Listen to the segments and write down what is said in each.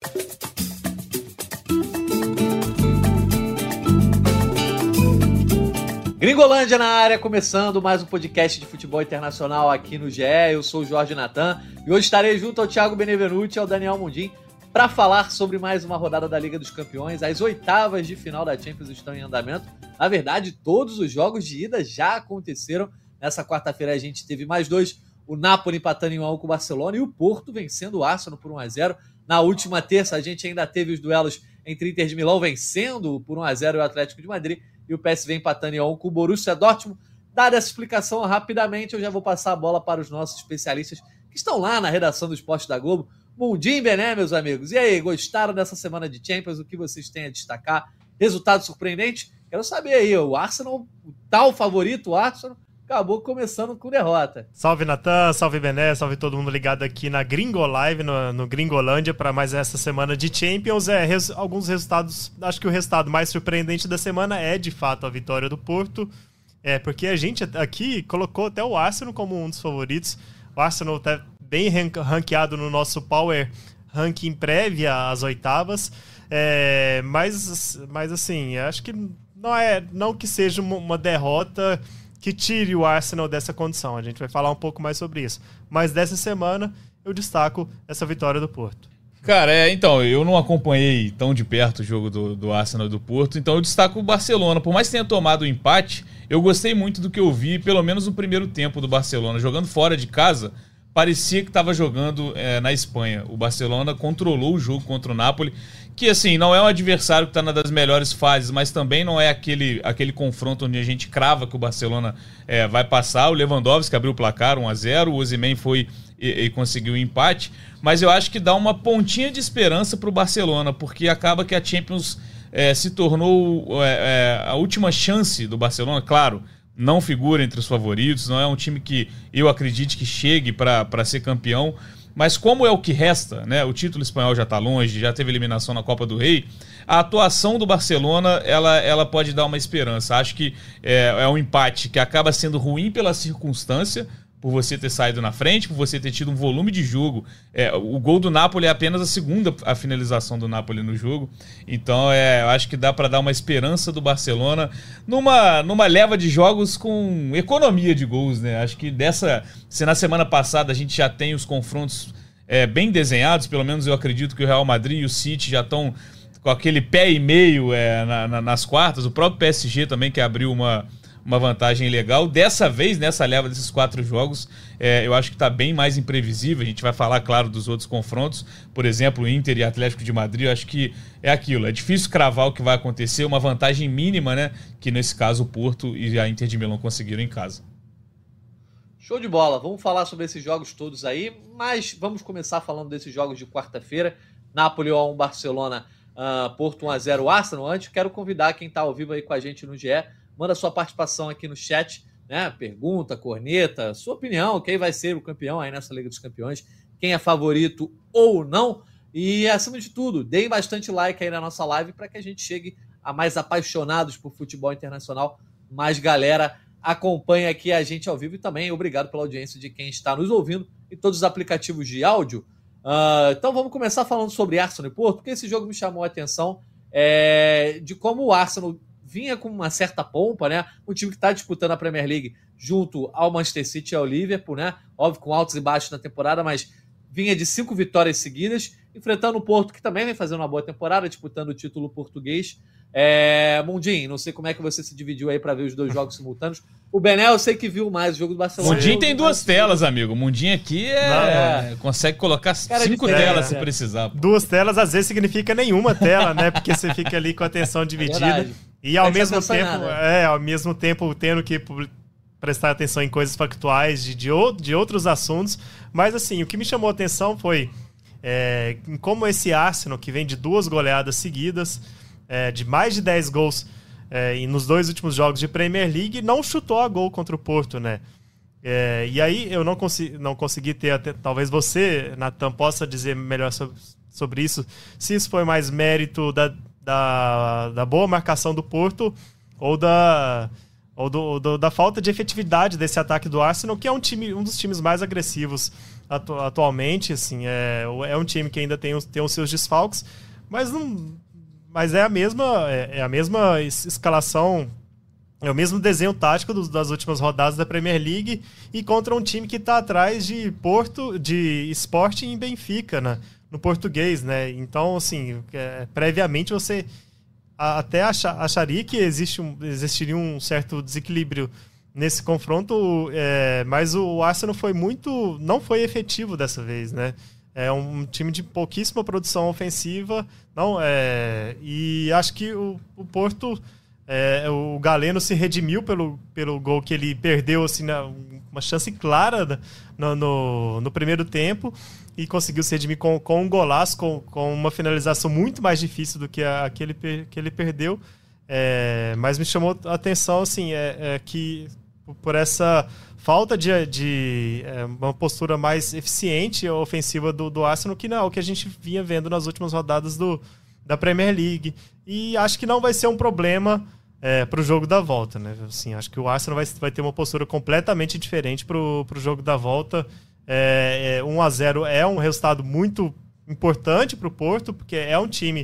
Gringolândia na área, começando mais um podcast de futebol internacional aqui no GE. Eu sou o Jorge Natan e hoje estarei junto ao Thiago Benevenuti e ao Daniel Mundim para falar sobre mais uma rodada da Liga dos Campeões. As oitavas de final da Champions estão em andamento. Na verdade, todos os jogos de ida já aconteceram. Nessa quarta-feira a gente teve mais dois, o Napoli empatando em 1-1 com o Barcelona e o Porto vencendo o Arsenal por 1-0. Na última terça a gente ainda teve os duelos entre Inter de Milão vencendo por 1-0 o Atlético de Madrid e o PSV empatando em 1-1 com o Borussia Dortmund. Dada essa explicação rapidamente, eu já vou passar a bola para os nossos especialistas que estão lá na redação do Esporte da Globo. Mundim e Bené, meus amigos. E aí, gostaram dessa semana de Champions? O que vocês têm a destacar? Resultado surpreendente? Quero saber aí, o Arsenal, o tal favorito, o Arsenal, acabou começando com derrota. Salve Natan, salve Bené, salve todo mundo ligado aqui na Gringo Live, no Gringolândia, para mais essa semana de Champions. Alguns resultados, acho que o resultado mais surpreendente da semana é de fato a vitória do Porto, porque a gente aqui colocou até o Arsenal como um dos favoritos. O Arsenal está bem ranqueado no nosso Power Ranking prévia às oitavas, mas assim, acho que não que seja uma derrota que tire o Arsenal dessa condição. A gente vai falar um pouco mais sobre isso. Mas dessa semana eu destaco essa vitória do Porto. Cara, então, eu não acompanhei tão de perto o jogo do Arsenal e do Porto, então eu destaco o Barcelona. Por mais que tenha tomado o empate, eu gostei muito do que eu vi, pelo menos no primeiro tempo do Barcelona. Jogando fora de casa, parecia que estava jogando na Espanha. O Barcelona controlou o jogo contra o Napoli, que assim, não é um adversário que está na das melhores fases, mas também não é aquele confronto onde a gente crava que o Barcelona vai passar. O Lewandowski abriu o placar 1-0, o Osimhen foi e conseguiu o empate, mas eu acho que dá uma pontinha de esperança para o Barcelona, porque acaba que a Champions se tornou a última chance do Barcelona. Claro, não figura entre os favoritos, não é um time que eu acredite que chegue para ser campeão, mas como é o que resta, né? O título espanhol já está longe, já teve eliminação na Copa do Rei, a atuação do Barcelona ela pode dar uma esperança. Acho que é um empate que acaba sendo ruim pela circunstância, por você ter saído na frente, por você ter tido um volume de jogo. O gol do Napoli é apenas a segunda finalização do Napoli no jogo. Então, eu acho que dá para dar uma esperança do Barcelona numa leva de jogos com economia de gols, né? Acho que se na semana passada a gente já tem os confrontos bem desenhados, pelo menos eu acredito que o Real Madrid e o City já estão com aquele pé e meio nas quartas. O próprio PSG também, que abriu uma vantagem legal. Dessa vez, nessa leva desses 4 jogos, eu acho que está bem mais imprevisível. A gente vai falar, claro, dos outros confrontos. Por exemplo, Inter e Atlético de Madrid, eu acho que é aquilo. É difícil cravar o que vai acontecer. Uma vantagem mínima, né? Que nesse caso o Porto e a Inter de Milão conseguiram em casa. Show de bola. Vamos falar sobre esses jogos todos aí, mas vamos começar falando desses jogos de quarta-feira. Napoli 1-1 Barcelona, Porto 1-0 Arsenal. Antes, quero convidar quem está ao vivo aí com a gente no GE. Manda sua participação aqui no chat, né? Pergunta, corneta, sua opinião, quem vai ser o campeão aí nessa Liga dos Campeões, quem é favorito ou não. E, acima de tudo, deem bastante like aí na nossa live para que a gente chegue a mais apaixonados por futebol internacional. Mais galera acompanha aqui a gente ao vivo e também obrigado pela audiência de quem está nos ouvindo em todos os aplicativos de áudio. Então vamos começar falando sobre Arsenal e Porto, porque esse jogo me chamou a atenção de como o Arsenal vinha com uma certa pompa, né? Um time que está disputando a Premier League junto ao Manchester City e ao Liverpool, né? Óbvio, com altos e baixos na temporada, mas vinha de 5 vitórias seguidas, enfrentando o Porto, que também vem fazendo uma boa temporada, disputando o título português. Mundim, não sei como é que você se dividiu aí para ver os dois jogos simultâneos. O Bené, eu sei que viu mais o jogo do Barcelona. Mundim tem 2 telas, amigo. Mundim aqui consegue colocar 5 telas se precisar. 2 telas às vezes significa nenhuma tela, né? Porque você fica ali com a atenção dividida. E ao mesmo tempo tendo que prestar atenção em coisas factuais de outros assuntos. Mas assim, o que me chamou a atenção foi em como esse Arsenal, que vem de 2 goleadas seguidas, de mais de 10 gols e nos 2 últimos jogos de Premier League, não chutou a gol contra o Porto, né? E aí eu não consegui ter, talvez você, Natan, possa dizer melhor sobre isso, se isso foi mais mérito da boa marcação do Porto ou ou da falta de efetividade desse ataque do Arsenal, que é um dos times mais agressivos atualmente. Assim, é um time que ainda tem os seus desfalques, mas é a mesma escalação, é o mesmo desenho tático das últimas rodadas da Premier League, e contra um time que está atrás de Sporting e Benfica, né, no português, né? Então, assim, previamente você até acharia que existiria um certo desequilíbrio nesse confronto, mas o Arsenal não foi efetivo dessa vez, né? É um time de pouquíssima produção ofensiva, e acho que o Porto... o Galeno se redimiu pelo gol que ele perdeu, assim, uma chance clara no primeiro tempo, e conseguiu se redimir com um golaço, com uma finalização muito mais difícil do que a que ele perdeu. Mas me chamou a atenção, assim, que por essa falta de uma postura mais eficiente e ofensiva do Arsenal, que não é o que a gente vinha vendo nas últimas rodadas da Premier League. E acho que não vai ser um problema para o jogo da volta, né? Assim, acho que o Arsenal vai ter uma postura completamente diferente para o jogo da volta. 1-0 é um resultado muito importante para o Porto, porque é um time...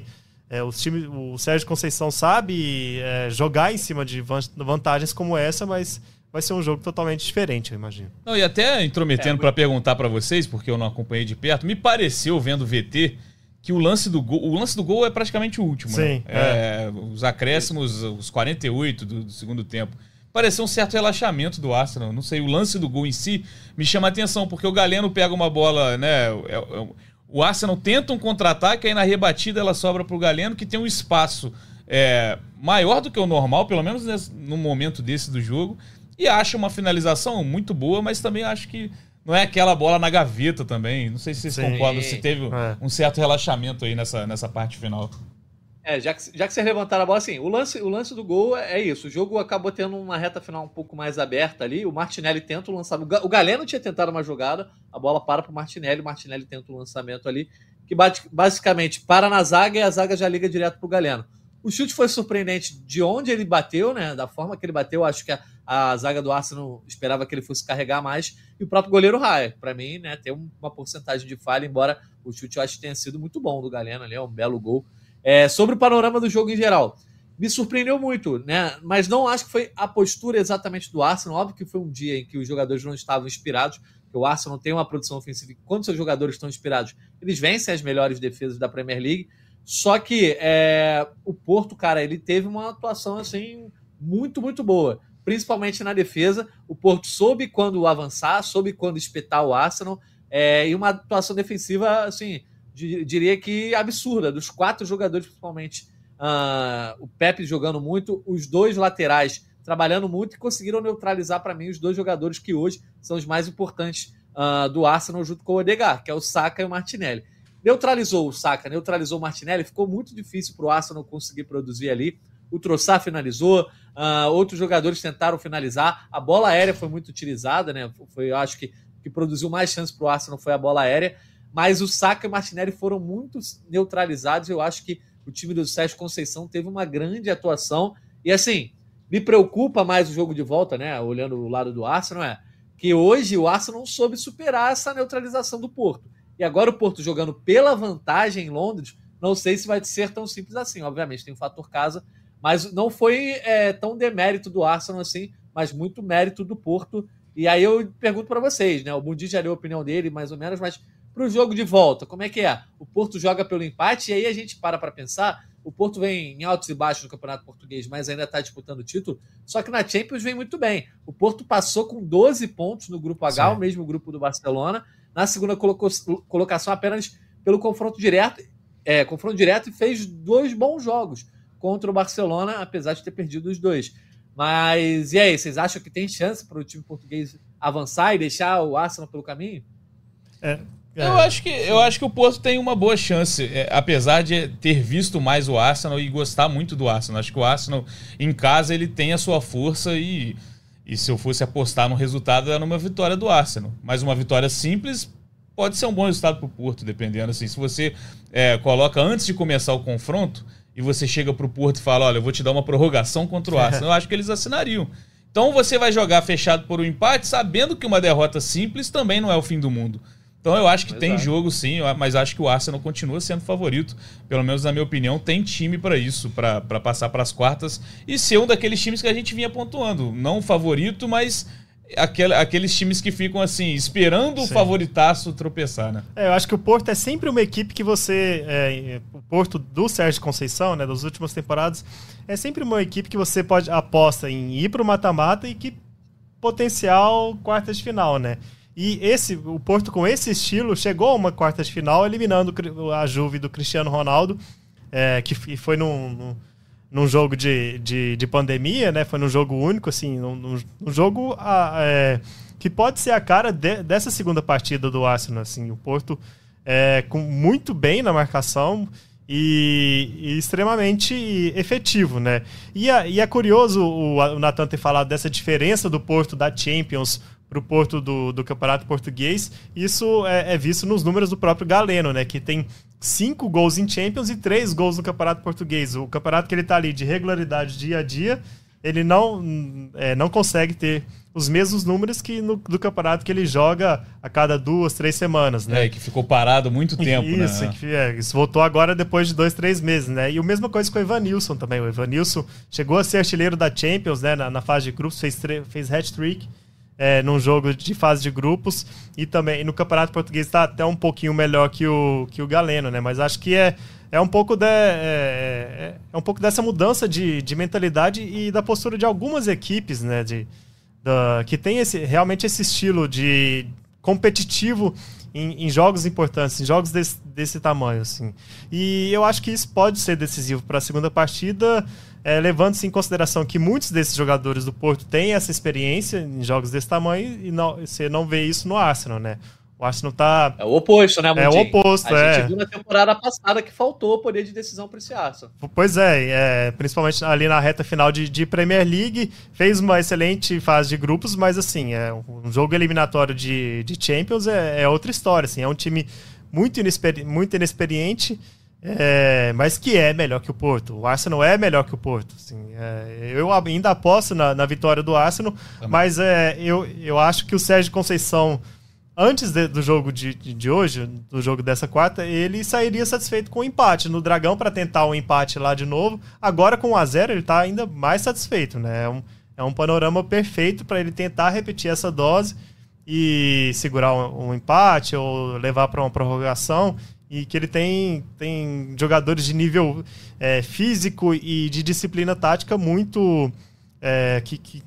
o Sérgio Conceição sabe jogar em cima de vantagens como essa, mas vai ser um jogo totalmente diferente, eu imagino. Não, e até intrometendo para perguntar para vocês, porque eu não acompanhei de perto, me pareceu, vendo o VT, que o lance do gol é praticamente o último. Sim, né? Os acréscimos, os 48 do segundo tempo. Pareceu um certo relaxamento do Arsenal. Não sei, o lance do gol em si me chama a atenção, porque o Galeno pega uma bola, né? O Arsenal tenta um contra-ataque, aí na rebatida ela sobra pro Galeno, que tem um espaço maior do que o normal, pelo menos no momento desse do jogo, e acha uma finalização muito boa, mas também acho que não é aquela bola na gaveta também. Não sei se vocês concordam, se teve um certo relaxamento aí nessa parte final. Já que vocês levantaram a bola, assim, o lance do gol é isso. O jogo acabou tendo uma reta final um pouco mais aberta ali. O Martinelli tenta o lançamento. O Galeno tinha tentado uma jogada, a bola para pro Martinelli, o Martinelli tenta o lançamento ali, que basicamente para na zaga e a zaga já liga direto pro Galeno. O chute foi surpreendente de onde ele bateu, né? Da forma que ele bateu, acho que a zaga do Arsenal esperava que ele fosse carregar mais, e o próprio goleiro Raya. Para mim, né, tem uma porcentagem de falha, embora o chute eu acho que tenha sido muito bom do Galeno ali, é um belo gol. Sobre o panorama do jogo em geral, me surpreendeu muito, né? Mas não acho que foi a postura exatamente do Arsenal. Óbvio que foi um dia em que os jogadores não estavam inspirados, porque o Arsenal tem uma produção ofensiva e quando seus jogadores estão inspirados, eles vencem as melhores defesas da Premier League. Só que o Porto, cara, ele teve uma atuação assim muito, muito boa, principalmente na defesa. O Porto soube quando avançar, soube quando espetar o Arsenal, e uma atuação defensiva, assim, diria que absurda, dos 4 jogadores, principalmente o Pepe jogando muito, os 2 laterais trabalhando muito, e conseguiram neutralizar para mim os 2 jogadores que hoje são os mais importantes do Arsenal, junto com o Odegaard, que é o Saka e o Martinelli. Neutralizou o Saka, neutralizou o Martinelli, ficou muito difícil para o Arsenal conseguir produzir ali. O Trossard finalizou, outros jogadores tentaram finalizar, a bola aérea foi muito utilizada, né? Eu acho que produziu mais chances para o Arsenal foi a bola aérea, mas o Saka e o Martinelli foram muito neutralizados. Eu acho que o time do Sérgio Conceição teve uma grande atuação, e assim, me preocupa mais o jogo de volta, né? Olhando o lado do Arsenal, que hoje o Arsenal não soube superar essa neutralização do Porto. E agora o Porto jogando pela vantagem em Londres, não sei se vai ser tão simples assim. Obviamente tem o fator casa, mas não foi tão demérito do Arsenal assim, mas muito mérito do Porto. E aí eu pergunto para vocês, né? O Mundi já deu a opinião dele, mais ou menos, mas para o jogo de volta, como é que é? O Porto joga pelo empate, e aí a gente para pensar, o Porto vem em altos e baixos no Campeonato Português, mas ainda está disputando o título, só que na Champions vem muito bem. O Porto passou com 12 pontos no grupo H, o mesmo grupo do Barcelona, na segunda colocação apenas pelo confronto direto, e fez 2 bons jogos contra o Barcelona, apesar de ter perdido os 2. Mas e aí, vocês acham que tem chance para o time português avançar e deixar o Arsenal pelo caminho? Eu acho que o Porto tem uma boa chance, apesar de ter visto mais o Arsenal e gostar muito do Arsenal. Acho que o Arsenal, em casa, ele tem a sua força e se eu fosse apostar no resultado, era numa vitória do Arsenal. Mas uma vitória simples pode ser um bom resultado para o Porto, dependendo. Assim, se você coloca antes de começar o confronto e você chega para o Porto e fala, olha, eu vou te dar uma prorrogação contra o Arsenal, eu acho que eles assinariam. Então você vai jogar fechado por um empate, sabendo que uma derrota simples também não é o fim do mundo. Então eu acho que tem jogo sim, mas acho que o Arsenal continua sendo favorito. Pelo menos na minha opinião, tem time para isso, para passar para as quartas e ser um daqueles times que a gente vinha pontuando. Não favorito, mas aqueles times que ficam assim, esperando o favoritaço tropeçar, né? Eu acho que o Porto é sempre uma equipe que você... o Porto do Sérgio Conceição, né, das últimas temporadas, é sempre uma equipe que você pode aposta em ir para o mata-mata e que potencial quartas de final, né? E o Porto, com esse estilo, chegou a uma quarta de final, eliminando a Juve do Cristiano Ronaldo, que foi num jogo de pandemia, né? Foi num jogo único, assim, num jogo que pode ser a cara dessa segunda partida do Arsenal, assim. O Porto muito bem na marcação e extremamente efetivo, né? E é curioso o Nathan ter falado dessa diferença do Porto da Champions para o Porto do Campeonato Português. Isso é visto nos números do próprio Galeno, né? Que tem 5 gols em Champions e 3 gols no Campeonato Português. O campeonato que ele está ali de regularidade dia a dia, ele não consegue ter os mesmos números que do campeonato que ele joga a cada 2, 3 semanas, né? Que ficou parado muito tempo, isso, né? Isso voltou agora depois de 2, 3 meses, né? E a mesma coisa com o Evanilson também. O Evanilson chegou a ser artilheiro da Champions, né? Na fase de grupos, fez hat-trick num jogo de fase de grupos, e também no Campeonato Português está até um pouquinho melhor que o Galeno, né? Mas acho que é um pouco dessa mudança de mentalidade e da postura de algumas equipes, né? Que tem realmente esse estilo de competitivo em jogos importantes, em jogos desse tamanho, assim. E eu acho que isso pode ser decisivo para a segunda partida, levando-se em consideração que muitos desses jogadores do Porto têm essa experiência em jogos desse tamanho e você não vê isso no Arsenal, né? O Arsenal tá... É o oposto, né, Mundinho? É o oposto, A gente viu na temporada passada que faltou poder de decisão para esse Arsenal. Pois principalmente ali na reta final de Premier League, fez uma excelente fase de grupos, mas assim, um jogo eliminatório de Champions é outra história, assim, é um time muito inexperiente, mas que é melhor que o Porto. O Arsenal é melhor que o Porto, assim, eu ainda aposto na vitória do Arsenal, mas eu acho que o Sérgio Conceição, antes do jogo de hoje, do jogo dessa quarta, ele sairia satisfeito com o empate no Dragão para tentar um empate lá de novo. Agora, com 1-0, ele está ainda mais satisfeito, né? É um panorama perfeito para ele tentar repetir essa dose e segurar um empate ou levar para uma prorrogação. E que ele tem jogadores de nível físico e de disciplina tática muito... que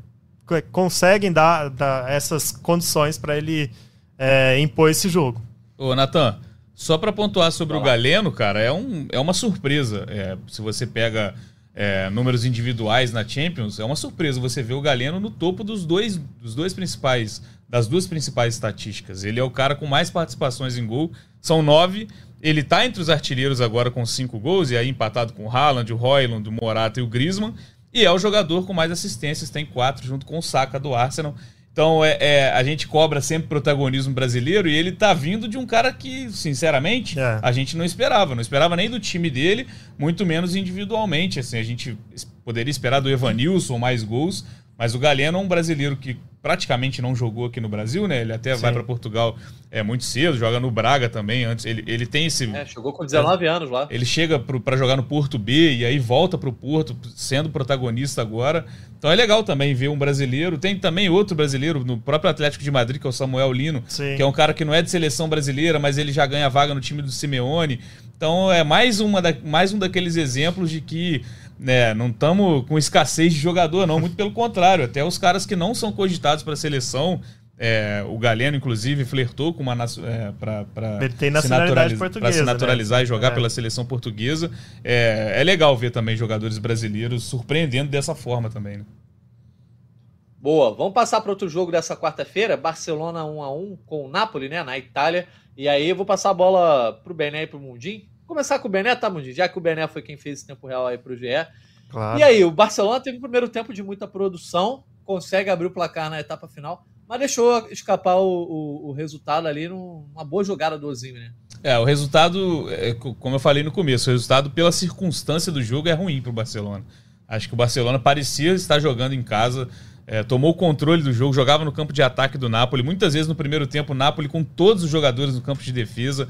conseguem dar essas condições para ele impor esse jogo. Ô, Nathan, só para pontuar sobre o Galeno, cara, é uma surpresa. Se você pega números individuais na Champions, é uma surpresa você ver o Galeno no topo das duas principais estatísticas. Ele é o cara com mais participações em gol, são 9. Ele tá entre os artilheiros agora com 5 gols, e aí empatado com o Haaland, o Højlund, o Morata e o Griezmann. E é o jogador com mais assistências, tem 4, junto com o Saka do Arsenal. Então a gente cobra sempre protagonismo brasileiro, e ele tá vindo de um cara que, sinceramente, a gente não esperava nem do time dele, muito menos individualmente. Assim, a gente poderia esperar do Evanilson mais gols, mas o Galeno é um brasileiro que praticamente não jogou aqui no Brasil, né? Ele até vai para Portugal muito cedo, joga no Braga também. Antes ele tem esse... Chegou com 19 anos lá. Ele chega para jogar no Porto B e aí volta para o Porto, sendo protagonista agora. Então é legal também ver um brasileiro. Tem também outro brasileiro no próprio Atlético de Madrid, que é o Samuel Lino, que é um cara que não é de seleção brasileira, mas ele já ganha vaga no time do Simeone. Então é mais um daqueles exemplos de que não estamos com escassez de jogador, não. Muito pelo contrário. Até os caras que não são cogitados para a seleção, o Galeno, inclusive, flertou com ele tem nacionalidade portuguesa, para se naturalizar, né? E jogar pela seleção portuguesa. É legal ver também jogadores brasileiros surpreendendo dessa forma também, né? Boa, vamos passar para outro jogo dessa quarta-feira. Barcelona 1-1 com o Napoli, né, na Itália. E aí eu vou passar a bola pro Bené e pro Mundinho. Começar com o Bené, tá, Mundinho? Já que o Bené foi quem fez esse tempo real aí pro GE. Claro. E aí, o Barcelona teve um primeiro tempo de muita produção, consegue abrir o placar na etapa final, mas deixou escapar o resultado ali numa boa jogada do Osimhen, né? O resultado, como eu falei no começo, o resultado pela circunstância do jogo é ruim pro Barcelona. Acho que o Barcelona parecia estar jogando em casa, tomou o controle do jogo, jogava no campo de ataque do Napoli. Muitas vezes no primeiro tempo o Napoli com todos os jogadores no campo de defesa.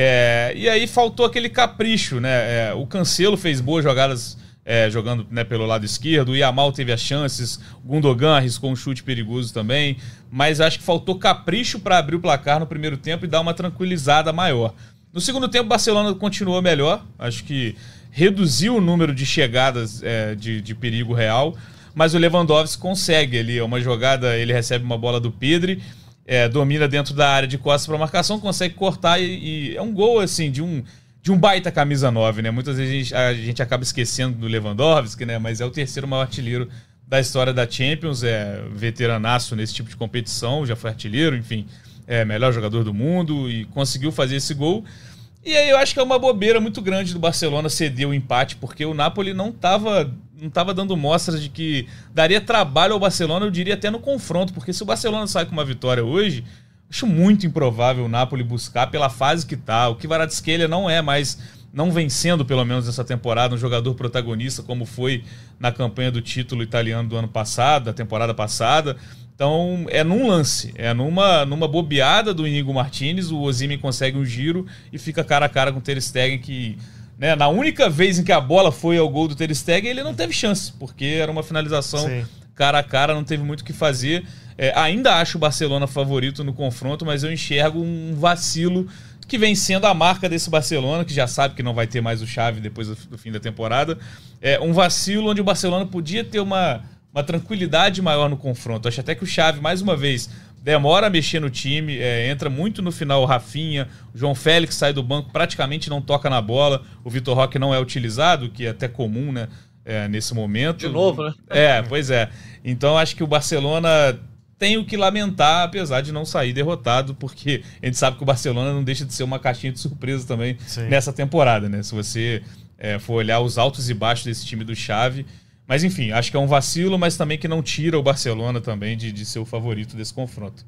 E aí faltou aquele capricho, né? O Cancelo fez boas jogadas jogando, né, pelo lado esquerdo. O Yamal teve as chances. O Gundogan arriscou um chute perigoso também. Mas acho que faltou capricho para abrir o placar no primeiro tempo e dar uma tranquilizada maior. No segundo tempo o Barcelona continuou melhor. Acho que reduziu o número de chegadas de perigo real. Mas o Lewandowski consegue ali, uma jogada, ele recebe uma bola do Pedri, domina dentro da área de costas para marcação, consegue cortar e é um gol assim de um baita camisa 9, né? Muitas vezes a gente acaba esquecendo do Lewandowski, né? Mas é o terceiro maior artilheiro da história da Champions, veteranaço nesse tipo de competição, já foi artilheiro, enfim, melhor jogador do mundo e conseguiu fazer esse gol. E aí eu acho que é uma bobeira muito grande do Barcelona ceder o empate, porque o Napoli não estava dando mostras de que daria trabalho ao Barcelona, eu diria até no confronto, porque se o Barcelona sai com uma vitória hoje, acho muito improvável o Napoli buscar pela fase que tá. O Kvaratskhelia não é mais, não vem sendo pelo menos nessa temporada, um jogador protagonista como foi na campanha do título italiano do ano passado, da temporada passada. Então é num lance, numa bobeada do Íñigo Martínez, o Osimhen consegue um giro e fica cara a cara com o Ter Stegen, que, né, na única vez em que a bola foi ao gol do Ter Stegen, ele não teve chance, porque era uma finalização cara a cara, não teve muito o que fazer. Ainda acho o Barcelona favorito no confronto, mas eu enxergo um vacilo que vem sendo a marca desse Barcelona, que já sabe que não vai ter mais o Xavi depois do fim da temporada. Um vacilo onde o Barcelona podia ter uma tranquilidade maior no confronto. Acho até que o Xavi, mais uma vez, demora a mexer no time, entra muito no final o Rafinha, o João Félix sai do banco, praticamente não toca na bola, o Vitor Roque não é utilizado, que é até comum, né, nesse momento. De novo, né? Pois é. Então acho que o Barcelona tem o que lamentar, apesar de não sair derrotado, porque a gente sabe que o Barcelona não deixa de ser uma caixinha de surpresa também nessa temporada, né? Se você for olhar os altos e baixos desse time do Xavi. Mas enfim, acho que é um vacilo, mas também que não tira o Barcelona também de ser o favorito desse confronto.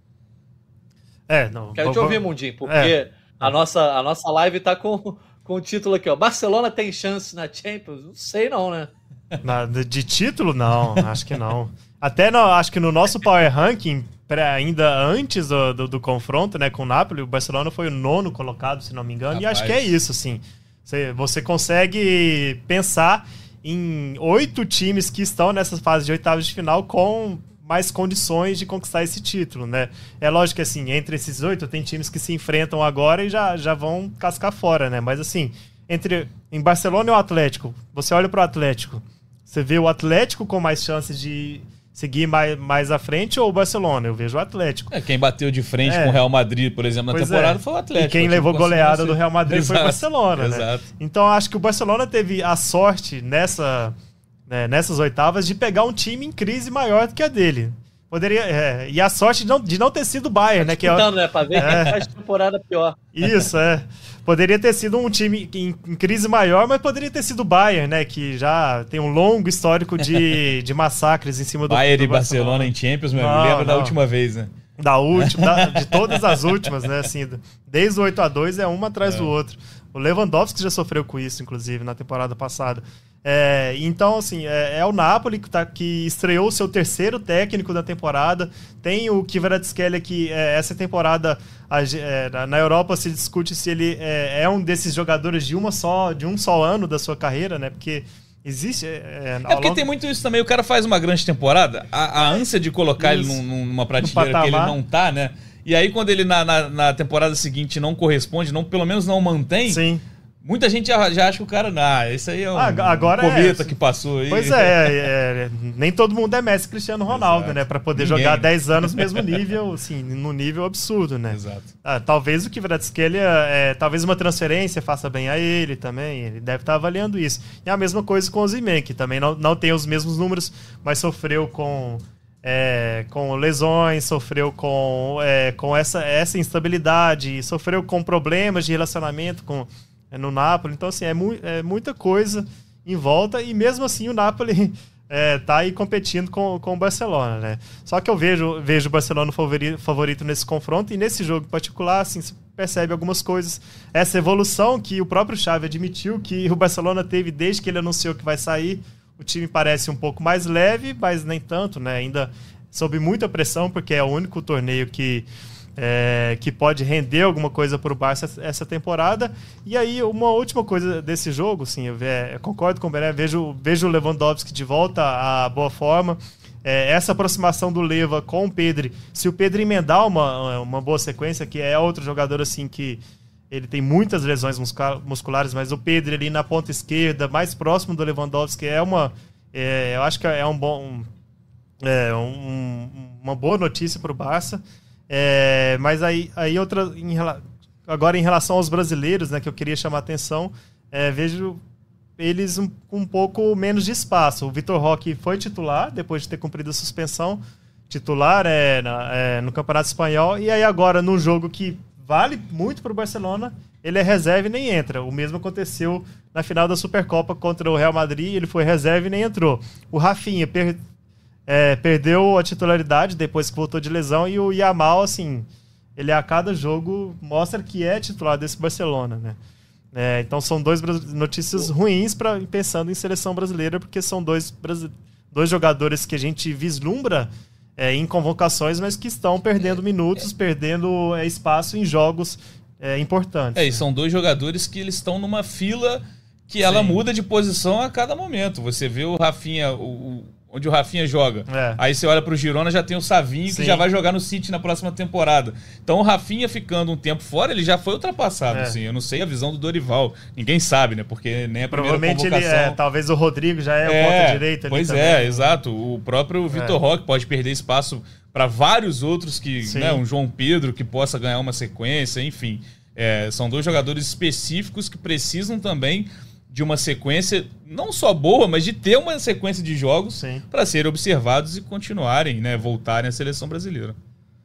Não. Quero te ouvir, Mundinho, porque a nossa live tá com o título aqui, ó. Barcelona tem chance na Champions? Não sei não, né? De título, não. Acho que não. Até acho que no nosso Power Ranking, ainda antes do confronto, né, com o Napoli, o Barcelona foi o 9º colocado, se não me engano. Rapaz. E acho que é isso, assim. Você consegue pensar em 8 times que estão nessa fase de oitavas de final com mais condições de conquistar esse título, né? É lógico que, assim, entre esses 8 tem times que se enfrentam agora e já vão cascar fora, né? Mas, assim, em Barcelona e o Atlético, você olha para o Atlético, você vê o Atlético com mais chances de seguir mais à frente ou o Barcelona? Eu vejo o Atlético. Quem bateu de frente com o Real Madrid, por exemplo, na temporada foi o Atlético. E quem levou goleada do Real Madrid foi o Barcelona, né? Exato. Então acho que o Barcelona teve a sorte nessas oitavas de pegar um time em crise maior do que a dele. E a sorte de não ter sido o Bayern, né? Né? Pra ver quem faz temporada pior. Isso, Poderia ter sido um time em crise maior, mas poderia ter sido o Bayern, né? Que já tem um longo histórico de massacres em cima do Bayern e Barcelona em Champions, me lembro da última vez, né? De todas as últimas, né? Assim, desde o 8-2 uma atrás do outro. O Lewandowski já sofreu com isso, inclusive, na temporada passada. Então, assim, é o Napoli que estreou o seu 3º técnico da temporada. Tem o Kvaratskhelia que essa temporada na Europa se discute se ele é um desses jogadores de um só ano da sua carreira, né? Porque existe... porque tem muito isso também. O cara faz uma grande temporada, a ânsia de colocar ele numa prateleira que ele não tá, né? E aí quando ele na temporada seguinte não corresponde, pelo menos não mantém... Sim. Muita gente já acha que o cara... esse aí é um cometa que passou aí. Pois nem todo mundo é Messi Cristiano Ronaldo, exato, né? Pra poder jogar 10 anos no mesmo nível, assim, num nível absurdo, né? Exato. Talvez o Kvaratskhelia, talvez uma transferência faça bem a ele também, ele deve estar avaliando isso. E a mesma coisa com o Osimhen, que também não tem os mesmos números, mas sofreu com lesões, sofreu com essa instabilidade, sofreu com problemas de relacionamento no Napoli. Então, assim, é muita coisa em volta e mesmo assim o Napoli tá aí competindo com o Barcelona, né? Só que eu vejo o Barcelona favorito nesse confronto e nesse jogo em particular, assim, se percebe algumas coisas. Essa evolução que o próprio Xavi admitiu que o Barcelona teve desde que ele anunciou que vai sair. o time parece um pouco mais leve, mas nem tanto, né? Ainda sob muita pressão, porque é o único torneio que pode render alguma coisa para o Barça essa temporada. E aí, uma última coisa desse jogo, sim, eu concordo com o Bené, vejo o Lewandowski de volta à boa forma. Essa aproximação do Leva com o Pedri, se o Pedri emendar uma boa sequência, que é outro jogador assim que ele tem muitas lesões musculares, mas o Pedri ali na ponta esquerda, mais próximo do Lewandowski, eu acho que é uma boa notícia para o Barça. Mas aí agora em relação aos brasileiros, né, que eu queria chamar a atenção, vejo eles com um pouco menos de espaço. O Vitor Roque foi titular, depois de ter cumprido a suspensão, titular no Campeonato Espanhol, e aí agora, num jogo que vale muito para o Barcelona, ele é reserva e nem entra. O mesmo aconteceu na final da Supercopa contra o Real Madrid, ele foi reserva e nem entrou. O Rafinha perdeu a titularidade depois que voltou de lesão, e o Yamal, assim, ele a cada jogo mostra que é titular desse Barcelona, né? Então são duas notícias ruins pensando em seleção brasileira, porque são dois jogadores que a gente vislumbra em convocações, mas que estão perdendo minutos, perdendo espaço em jogos importantes. E são dois jogadores que eles estão numa fila que ela muda de posição a cada momento. Você vê o Rafinha, onde o Rafinha joga. Aí você olha pro Girona, já tem o Savinho, que já vai jogar no City na próxima temporada. Então o Rafinha ficando um tempo fora, ele já foi ultrapassado. Assim. Eu não sei a visão do Dorival. Ninguém sabe, né? Porque nem a primeira convocação... talvez o Rodrigo já é o ponta-direita. Pois também. Exato. O próprio Vitor Roque pode perder espaço para vários outros, um João Pedro que possa ganhar uma sequência, enfim. São dois jogadores específicos que precisam também de uma sequência, não só boa, mas de ter uma sequência de jogos para serem observados e continuarem, né, voltarem à seleção brasileira.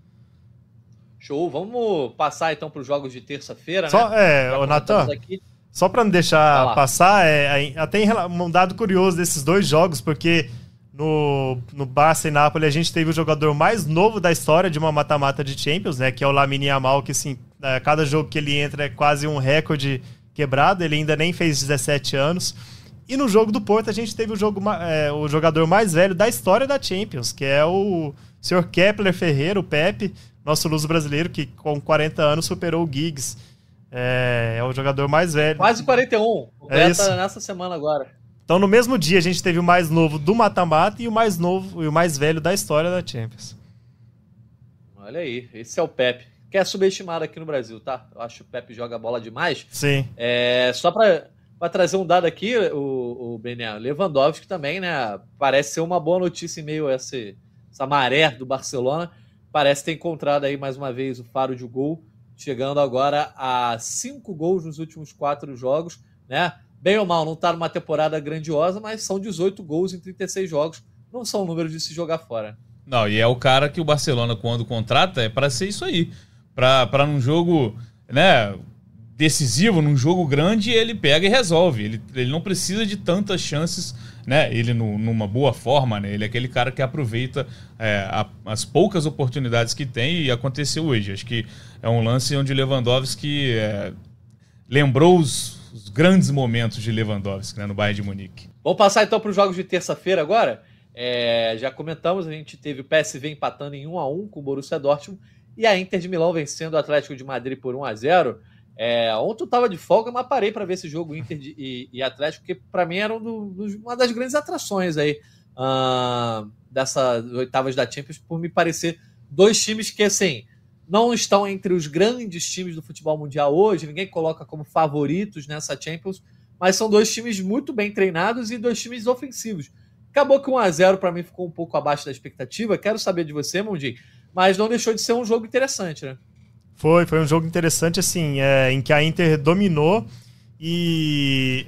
Show, vamos passar então para os jogos de terça-feira, né? Natan, só para não deixar passar, até um dado curioso desses dois jogos, porque no Barça e Napoli a gente teve o jogador mais novo da história de uma mata-mata de Champions, né, que é o Lamine Yamal, que assim, cada jogo que ele entra é quase um recorde quebrado, ele ainda nem fez 17 anos. E no jogo do Porto a gente teve o jogador mais velho da história da Champions, que é o Sr. Kepler Ferreira, o Pepe, nosso luso brasileiro, que com 40 anos superou o Giggs. É o jogador mais velho. Quase 41. Completa nessa semana agora. Então no mesmo dia a gente teve o mais novo do mata-mata e o mais novo e o mais velho da história da Champions. Olha aí, esse é o Pepe. Que é subestimado aqui no Brasil, tá? Eu acho que o Pepe joga bola demais. Sim. Só para trazer um dado aqui, o Bené, Lewandowski também, né? Parece ser uma boa notícia em meio a essa maré do Barcelona. Parece ter encontrado aí mais uma vez o faro de gol, chegando agora a 5 gols nos últimos 4 jogos, né? Bem ou mal, não tá numa temporada grandiosa, mas são 18 gols em 36 jogos. Não são números de se jogar fora. Não, e é o cara que o Barcelona, quando contrata, é para ser isso aí. Para num jogo, né, decisivo, num jogo grande, ele pega e resolve. Ele não precisa de tantas chances, né? Ele numa boa forma, né? Ele é aquele cara que aproveita as poucas oportunidades que tem, e aconteceu hoje. Acho que é um lance onde Lewandowski lembrou os grandes momentos de Lewandowski, né, no Bayern de Munique. Vamos passar então para os jogos de terça-feira agora. Já comentamos, a gente teve o PSV empatando em 1-1 com o Borussia Dortmund, e a Inter de Milão vencendo o Atlético de Madrid por 1-0. Ontem eu estava de folga, mas parei para ver esse jogo Inter e Atlético, porque para mim era uma das grandes atrações aí dessas oitavas da Champions, por me parecer dois times que, assim, não estão entre os grandes times do futebol mundial hoje, ninguém coloca como favoritos nessa Champions, mas são dois times muito bem treinados e dois times ofensivos. Acabou que 1-0 para mim ficou um pouco abaixo da expectativa. Quero saber de você, Mundinho, mas não deixou de ser um jogo interessante, né? Foi um jogo interessante, assim, em que a Inter dominou e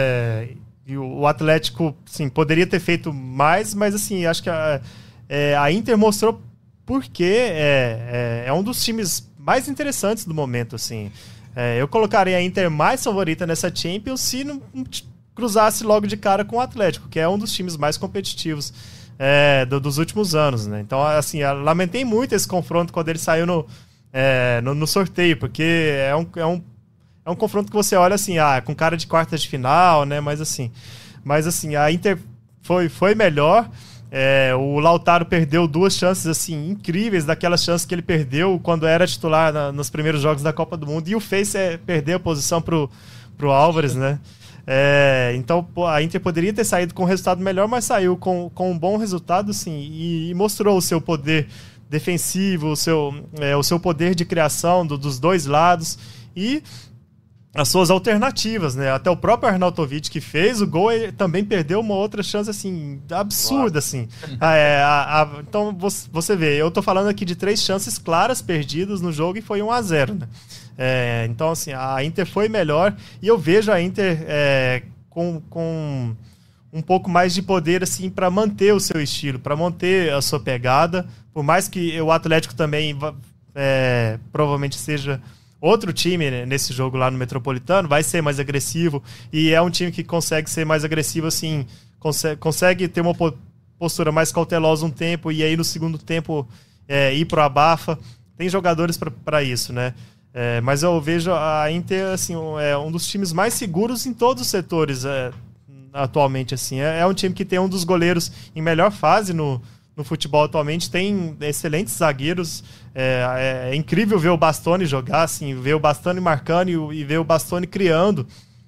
o Atlético, sim, poderia ter feito mais, mas, assim, acho que a Inter mostrou porque é um dos times mais interessantes do momento, assim. Eu colocaria a Inter mais favorita nessa Champions se não cruzasse logo de cara com o Atlético, que é um dos times mais competitivos dos últimos anos, né? Então, assim, eu lamentei muito esse confronto quando ele saiu no sorteio, porque é um confronto que você olha assim, com cara de quartas de final, né? Mas assim, a Inter foi melhor. O Lautaro perdeu 2 chances assim incríveis, daquelas chances que ele perdeu quando era titular nos primeiros jogos da Copa do Mundo, e o fez perder a posição pro Álvares, né? Então a Inter poderia ter saído com um resultado melhor, mas saiu com um bom resultado, sim, e mostrou o seu poder defensivo, o seu poder de criação dos dois lados e as suas alternativas, né? Até o próprio Arnautovic, que fez o gol, ele também perdeu uma outra chance, assim, absurda, assim. Então, você vê, eu tô falando aqui de 3 chances claras perdidas no jogo e foi 1-0, né? Então, assim, a Inter foi melhor e eu vejo a Inter com um pouco mais de poder, assim, para manter o seu estilo, para manter a sua pegada, por mais que o Atlético também provavelmente seja outro time, né, nesse jogo lá no Metropolitano, vai ser mais agressivo, e é um time que consegue ser mais agressivo, assim, consegue ter uma postura mais cautelosa um tempo, e aí no segundo tempo ir pro abafa. Tem jogadores para isso, né? Mas eu vejo a Inter, assim, um dos times mais seguros em todos os setores atualmente, assim. É um time que tem um dos goleiros em melhor fase no futebol atualmente, tem excelentes zagueiros, é incrível ver o Bastoni jogar, assim, ver o Bastoni marcando e ver o Bastoni criando,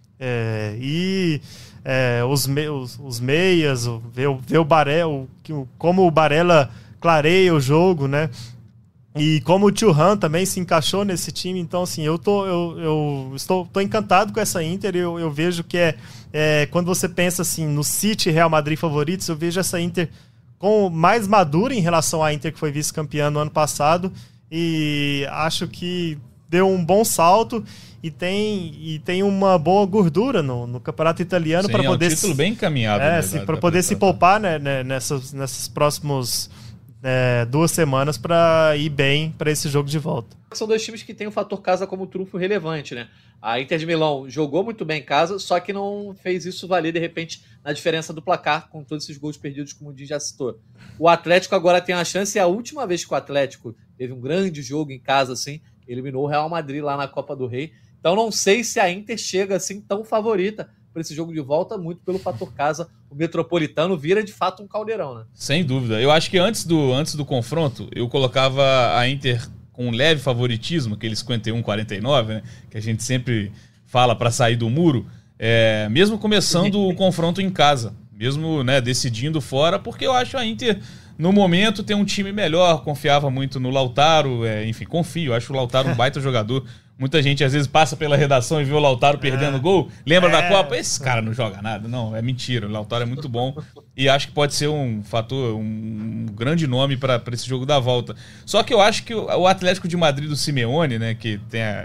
os meias, ver o Barella, como o Barella clareia o jogo, né? E como o Thuram também se encaixou nesse time. Então, assim, eu estou encantado com essa Inter. Eu vejo que quando você pensa assim no City e Real Madrid favoritos, eu vejo essa Inter mais madura em relação à Inter que foi vice-campeã no ano passado, e acho que deu um bom salto e tem uma boa gordura no campeonato italiano para poder... É um título bem encaminhado. Para poder se poupar, né, nessas próximos 2 semanas para ir bem para esse jogo de volta. São 2 times que têm o fator casa como trunfo relevante, né? A Inter de Milão jogou muito bem em casa, só que não fez isso valer, de repente, na diferença do placar, com todos esses gols perdidos, como o Di já citou. O Atlético agora tem a chance, e a última vez que o Atlético teve um grande jogo em casa, assim, eliminou o Real Madrid lá na Copa do Rei. Então não sei se a Inter chega assim tão favorita para esse jogo de volta, muito pelo fator casa. O Metropolitano vira de fato um caldeirão, né? Sem dúvida. Eu acho que antes do confronto, eu colocava a Inter com um leve favoritismo, aquele 51-49, né, que a gente sempre fala para sair do muro, mesmo começando o confronto em casa, mesmo, né, decidindo fora, porque eu acho a Inter, no momento, tem um time melhor. Confiava muito no Lautaro, enfim, confio, acho o Lautaro um baita jogador. Muita gente às vezes passa pela redação e vê o Lautaro perdendo gol. Lembra da Copa? Esse cara não joga nada. Não, é mentira. O Lautaro é muito bom e acho que pode ser um fator, um grande nome para esse jogo da volta. Só que eu acho que o Atlético de Madrid do Simeone, né, que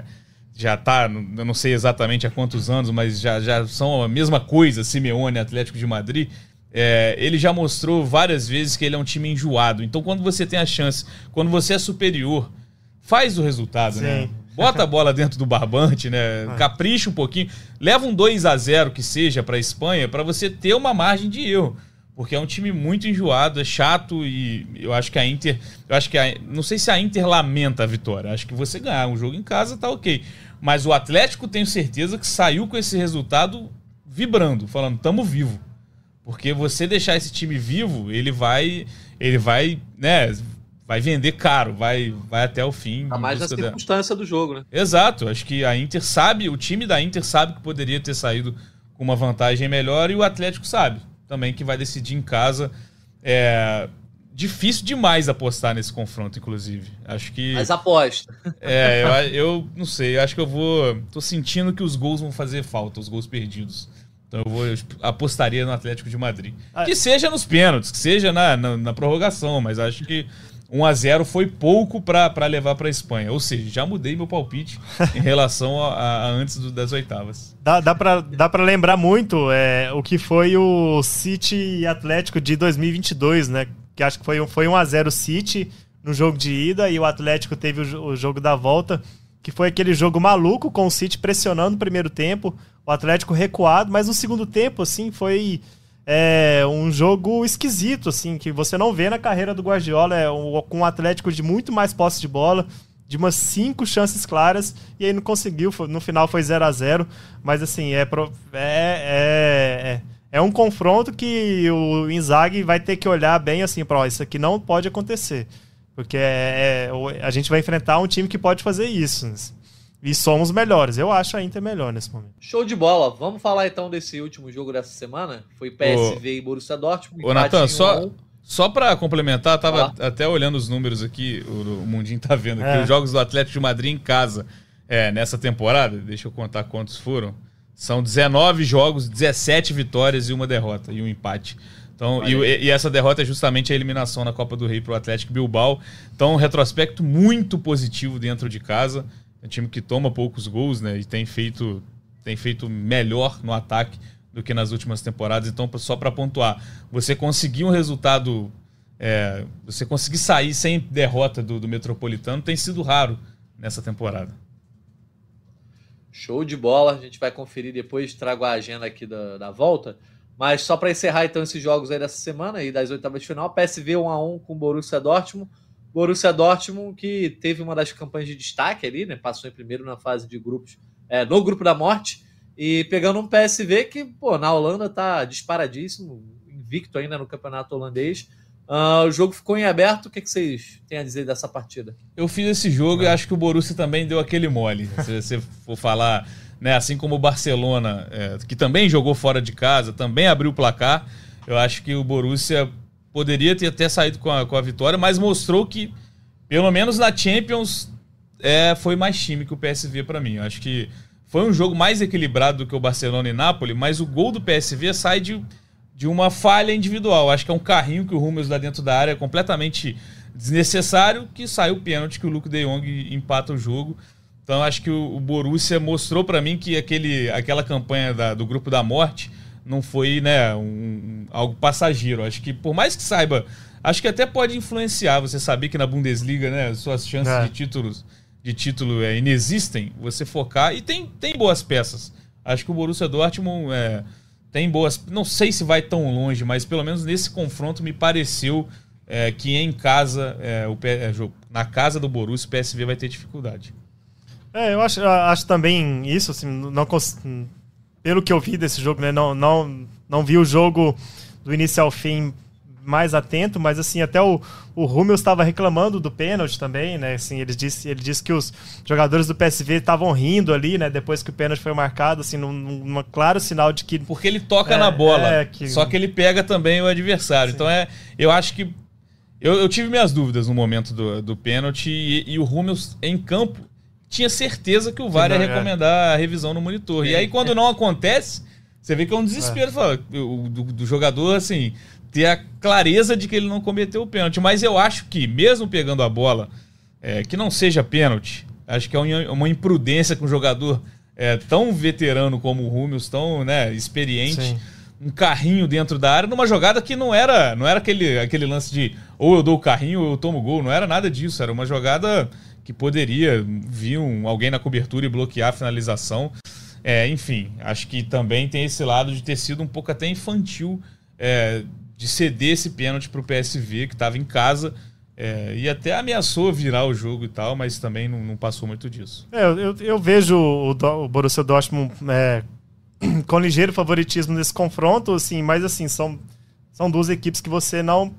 já tá, eu não sei exatamente há quantos anos, mas já são a mesma coisa, Simeone e Atlético de Madrid, ele já mostrou várias vezes que ele é um time enjoado. Então quando você tem a chance, quando você é superior, faz o resultado, sim, né? Bota a bola dentro do barbante, né? Capricha um pouquinho. Leva um 2-0 que seja para a Espanha, para você ter uma margem de erro. Porque é um time muito enjoado, é chato, e eu acho que a Inter... não sei se a Inter lamenta a vitória. Acho que você ganhar um jogo em casa tá ok. Mas o Atlético, tenho certeza que saiu com esse resultado vibrando, falando, tamo vivo. Porque você deixar esse time vivo, ele vai, né... vai vender caro, vai até o fim. A mais na circunstância do jogo, né? Exato, acho que a Inter sabe, o time da Inter sabe que poderia ter saído com uma vantagem melhor, e o Atlético sabe também que vai decidir em casa. Difícil demais apostar nesse confronto, inclusive. Acho que... Mas aposta. Eu não sei, acho que tô sentindo que os gols vão fazer falta, os gols perdidos. Então eu apostaria no Atlético de Madrid. Que seja nos pênaltis, que seja na prorrogação, mas acho que 1-0 foi pouco para levar para a Espanha. Ou seja, já mudei meu palpite em relação a antes das oitavas. Dá para lembrar muito o que foi o City e Atlético de 2022, né? Que acho que foi 1-0 City no jogo de ida, e o Atlético teve o jogo da volta, que foi aquele jogo maluco com o City pressionando no primeiro tempo, o Atlético recuado, mas no segundo tempo, assim, foi... um jogo esquisito, assim, que você não vê na carreira do Guardiola, com um Atlético de muito mais posse de bola, de umas 5 chances claras, e aí não conseguiu, no final foi 0-0, mas assim, é um confronto que o Inzaghi vai ter que olhar bem assim, para isso aqui não pode acontecer. Porque a gente vai enfrentar um time que pode fazer isso. E somos melhores. Eu acho a Inter melhor nesse momento. Show de bola. Vamos falar então desse último jogo dessa semana. Foi PSV e Borussia Dortmund. Ô, Natan, só pra complementar, tava até olhando os números aqui, o Mundinho tá vendo aqui, os jogos do Atlético de Madrid em casa nessa temporada. Deixa eu contar quantos foram. São 19 jogos, 17 vitórias e uma derrota e um empate. Então, e essa derrota é justamente a eliminação na Copa do Rei para o Atlético Bilbao. Então, um retrospecto muito positivo dentro de casa. É um time que toma poucos gols, né? E tem feito melhor no ataque do que nas últimas temporadas. Então, só para pontuar, você conseguir um resultado, você conseguir sair sem derrota do Metropolitano tem sido raro nessa temporada. Show de bola. A gente vai conferir depois, trago a agenda aqui da volta. Mas só para encerrar então esses jogos aí dessa semana, aí das oitavas de final, PSV 1-1 com o Borussia Dortmund. Borussia Dortmund que teve uma das campanhas de destaque ali, né? Passou em primeiro na fase de grupos, no grupo da morte, e pegando um PSV que, na Holanda tá disparadíssimo, invicto ainda no campeonato holandês. O jogo ficou em aberto. O que vocês têm a dizer dessa partida? Eu fiz esse jogo e acho que o Borussia também deu aquele mole. Se você for falar, né, assim como o Barcelona, que também jogou fora de casa, também abriu o placar, eu acho que o Borussia poderia ter até saído com a vitória, mas mostrou que, pelo menos na Champions, foi mais time que o PSV para mim. Eu acho que foi um jogo mais equilibrado do que o Barcelona e Napoli, mas o gol do PSV sai de uma falha individual. Eu acho que é um carrinho que o Hummels dá dentro da área completamente desnecessário, que sai o pênalti que o Luuk de Jong empata o jogo. Então eu acho que o Borussia mostrou para mim que aquela campanha do grupo da morte não foi, né, algo passageiro. Acho que, por mais que saiba, acho que até pode influenciar você saber que na Bundesliga, né, suas chances de título inexistem, você focar, e tem boas peças. Acho que o Borussia Dortmund tem boas, não sei se vai tão longe, mas pelo menos nesse confronto me pareceu que em casa, na casa do Borussia, o PSV vai ter dificuldade. Eu acho também isso, assim, pelo que eu vi desse jogo, né, não vi o jogo do início ao fim mais atento, mas assim, até o Hummels estava reclamando do pênalti também, né, assim, ele disse que os jogadores do PSV estavam rindo ali, né, depois que o pênalti foi marcado, assim, num claro sinal de que... Porque ele toca na bola, só que ele pega também o adversário. Sim. Então eu acho que eu tive minhas dúvidas no momento do pênalti e o Hummels em campo tinha certeza que o VAR ia recomendar a revisão no monitor. E aí, quando não acontece, você vê que é um desespero do jogador, assim, ter a clareza de que ele não cometeu o pênalti. Mas eu acho que, mesmo pegando a bola, que não seja pênalti, acho que é uma imprudência com um jogador tão veterano como o Hummels, tão, né, experiente. Sim. Um carrinho dentro da área, numa jogada que não era aquele lance de ou eu dou o carrinho ou eu tomo o gol. Não era nada disso, era uma jogada que poderia vir alguém na cobertura e bloquear a finalização. Enfim, acho que também tem esse lado de ter sido um pouco até infantil de ceder esse pênalti para o PSV, que estava em casa, e até ameaçou virar o jogo e tal, mas também não passou muito disso. Eu vejo o Borussia Dortmund com ligeiro favoritismo nesse confronto, assim, mas assim, são duas equipes que você não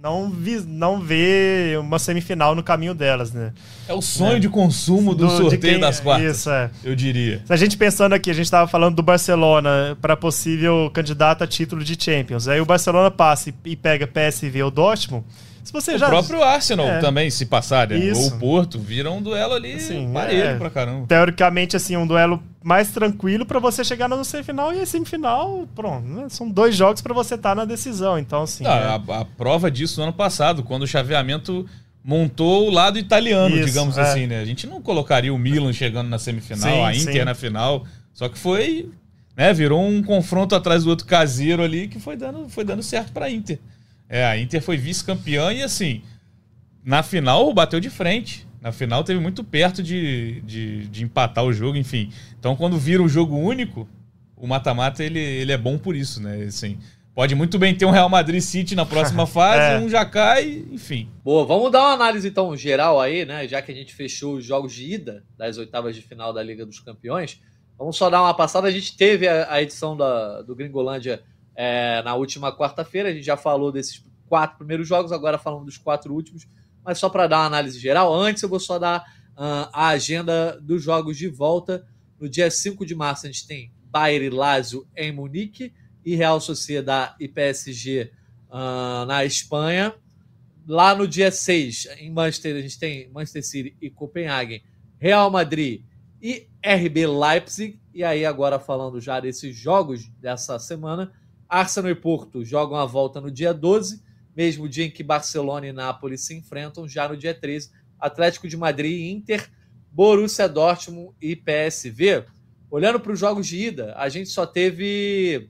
vê uma semifinal no caminho delas, né? É o sonho de consumo do sorteio das quartas, isso, eu diria. Se a gente pensando aqui, a gente estava falando do Barcelona para possível candidato a título de Champions. Aí o Barcelona passa e pega PSV ou Dortmund. Se você o próprio Arsenal também, se passar, né? Ou o Porto, vira um duelo ali parelho pra caramba. Teoricamente, assim, um duelo mais tranquilo para você chegar na semifinal, e a semifinal, pronto, né? São 2 jogos para você estar na decisão. Então, assim. A prova disso no ano passado, quando o chaveamento montou o lado italiano, digamos assim, né? A gente não colocaria o Milan chegando na semifinal, a Inter na final, só que foi, né? Virou um confronto atrás do outro caseiro ali que foi dando certo pra Inter. A Inter foi vice-campeã e, assim, na final bateu de frente. Na final teve muito perto de empatar o jogo, enfim. Então, quando vira um jogo único, o mata-mata, ele é bom por isso, né? Assim, pode muito bem ter um Real Madrid City na próxima fase, um já cai, enfim. Boa, vamos dar uma análise, então, geral aí, né? Já que a gente fechou os jogos de ida das oitavas de final da Liga dos Campeões, vamos só dar uma passada. A gente teve a edição do Gringolândia na última quarta-feira. A gente já falou desses 4 primeiros jogos, agora falamos dos 4 últimos, mas só para dar uma análise geral, antes eu vou só dar a agenda dos jogos de volta. No dia 5 de março a gente tem Bayern e Lazio em Munique e Real Sociedad e PSG na Espanha. Lá no dia 6, em Manchester, a gente tem Manchester City e Copenhagen, Real Madrid e RB Leipzig. E aí agora falando já desses jogos dessa semana, Arsenal e Porto jogam a volta no dia 12, mesmo dia em que Barcelona e Nápoles se enfrentam, já no dia 13, Atlético de Madrid e Inter, Borussia Dortmund e PSV. Olhando para os jogos de ida, a gente só teve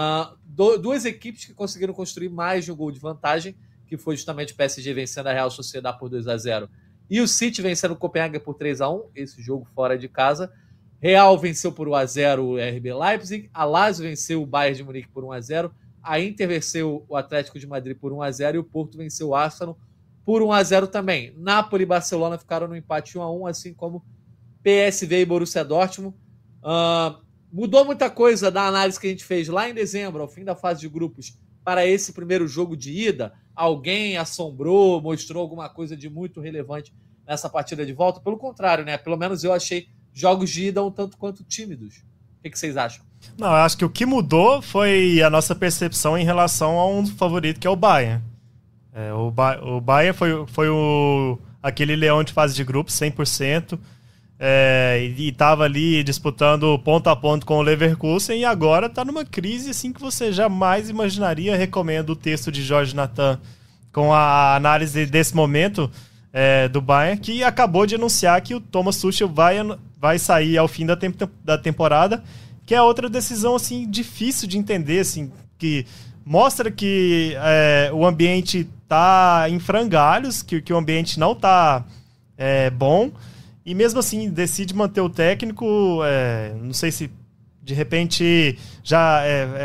2 equipes que conseguiram construir mais de um gol de vantagem, que foi justamente o PSG vencendo a Real Sociedad por 2-0 e o City vencendo o Copenhagen por 3-1, esse jogo fora de casa. Real venceu por 1-0 o RB Leipzig, a Lazio venceu o Bayern de Munique por 1-0, a Inter venceu o Atlético de Madrid por 1-0 e o Porto venceu o Arsenal por 1-0 também. Napoli e Barcelona ficaram no empate 1-1, assim como PSV e Borussia Dortmund. Mudou muita coisa da análise que a gente fez lá em dezembro, ao fim da fase de grupos, para esse primeiro jogo de ida? Alguém assombrou, mostrou alguma coisa de muito relevante nessa partida de volta? Pelo contrário, né? Pelo menos eu achei jogos de ida um tanto quanto tímidos. O que vocês acham? Não, eu acho que o que mudou foi a nossa percepção em relação a um favorito, que é o Bayern. O Bayern foi aquele leão de fase de grupos, 100%. E estava ali disputando ponto a ponto com o Leverkusen, e agora está numa crise assim que você jamais imaginaria. Recomendo o texto de Jorge Natan com a análise desse momento do Bayern, que acabou de anunciar que o Thomas Tuchel vai sair ao fim da temporada, que é outra decisão assim difícil de entender, assim, que mostra que o ambiente está em frangalhos, que o ambiente não está bom. E mesmo assim, decide manter o técnico, não sei se de repente já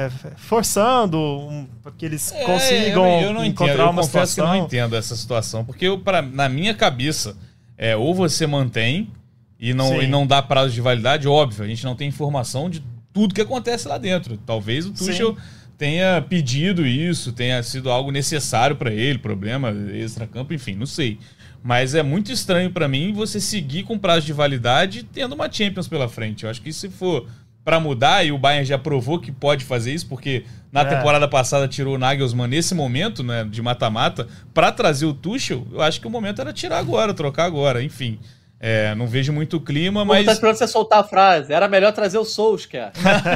forçando para que eles consigam encontrar uma situação. Eu confesso que não entendo essa situação, porque na minha cabeça, ou você mantém e não dá prazo de validade, óbvio, a gente não tem informação de tudo que acontece lá dentro. Talvez o Tuchel tenha pedido isso, tenha sido algo necessário para ele, problema extra-campo, enfim, não sei. Mas é muito estranho para mim você seguir com prazo de validade tendo uma Champions pela frente. Eu acho que se for para mudar, e o Bayern já provou que pode fazer isso, porque na temporada passada tirou o Nagelsmann nesse momento, né, de mata-mata, para trazer o Tuchel, eu acho que o momento era tirar agora, trocar agora, enfim. Não vejo muito clima, mas... Tá esperando você soltar a frase. Era melhor trazer o Solskjaer.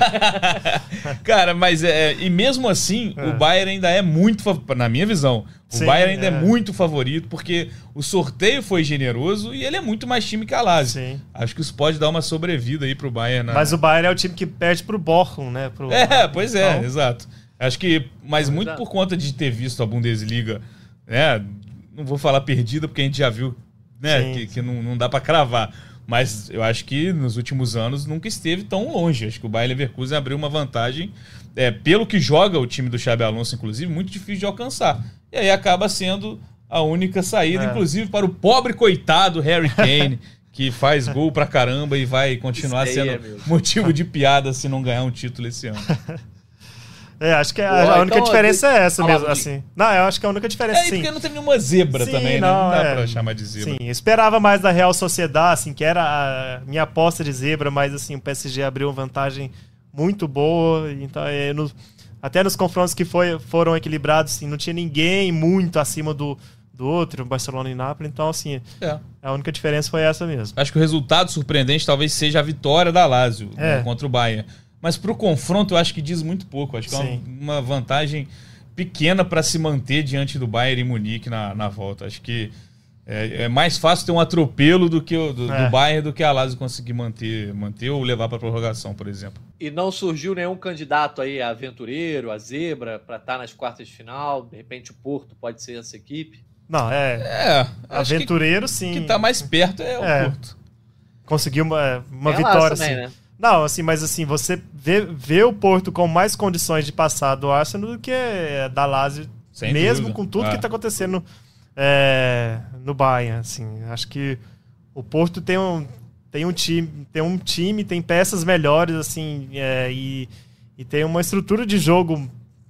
Cara, mas e mesmo assim, o Bayern ainda é muito... Na minha visão, o Bayern ainda é muito favorito, porque o sorteio foi generoso e ele é muito mais time que a Lazio. Sim. Acho que isso pode dar uma sobrevida aí pro Bayern. Mas o Bayern é o time que perde pro Bochum, né? Pois é, exato. Acho que, mas muito por conta de ter visto a Bundesliga, né? Não vou falar perdida, porque a gente já viu, né, que não dá para cravar. Mas eu acho que nos últimos anos nunca esteve tão longe. Acho que o Bayer Leverkusen abriu uma vantagem, pelo que joga o time do Xabi Alonso, inclusive, muito difícil de alcançar. E aí acaba sendo a única saída, inclusive para o pobre coitado Harry Kane, que faz gol pra caramba e vai continuar sendo motivo de piada se não ganhar um título esse ano. Acho que a única diferença é essa mesmo, assim. Não, eu acho que a única diferença, sim. Porque não teve nenhuma zebra também, não dá pra chamar de zebra. Sim, eu esperava mais da Real Sociedad, assim, que era a minha aposta de zebra, mas, assim, o PSG abriu uma vantagem muito boa, então, até nos confrontos que foram equilibrados, assim, não tinha ninguém muito acima do outro, Barcelona e Nápoles, então, assim, a única diferença foi essa mesmo. Acho que o resultado surpreendente talvez seja a vitória da Lazio, né, contra o Bayern. Mas pro confronto eu acho que diz muito pouco. Acho que é uma vantagem pequena para se manter diante do Bayern e Munique na volta. Acho que é mais fácil ter um atropelo do Bayern do que a Lazio conseguir manter ou levar para prorrogação, por exemplo. E não surgiu nenhum candidato aí a aventureiro, a zebra, para estar nas quartas de final? De repente o Porto pode ser essa equipe? Não, aventureiro, sim. O que tá mais perto é o Porto. Conseguiu uma vitória, também, assim. Né? Não, assim, mas assim, você vê o Porto com mais condições de passar do Arsenal do que da Lazio, sem mesmo dúvida. Com tudo que está acontecendo no Bayern, assim. Acho que o Porto tem um time, tem peças melhores, assim, e tem uma estrutura de jogo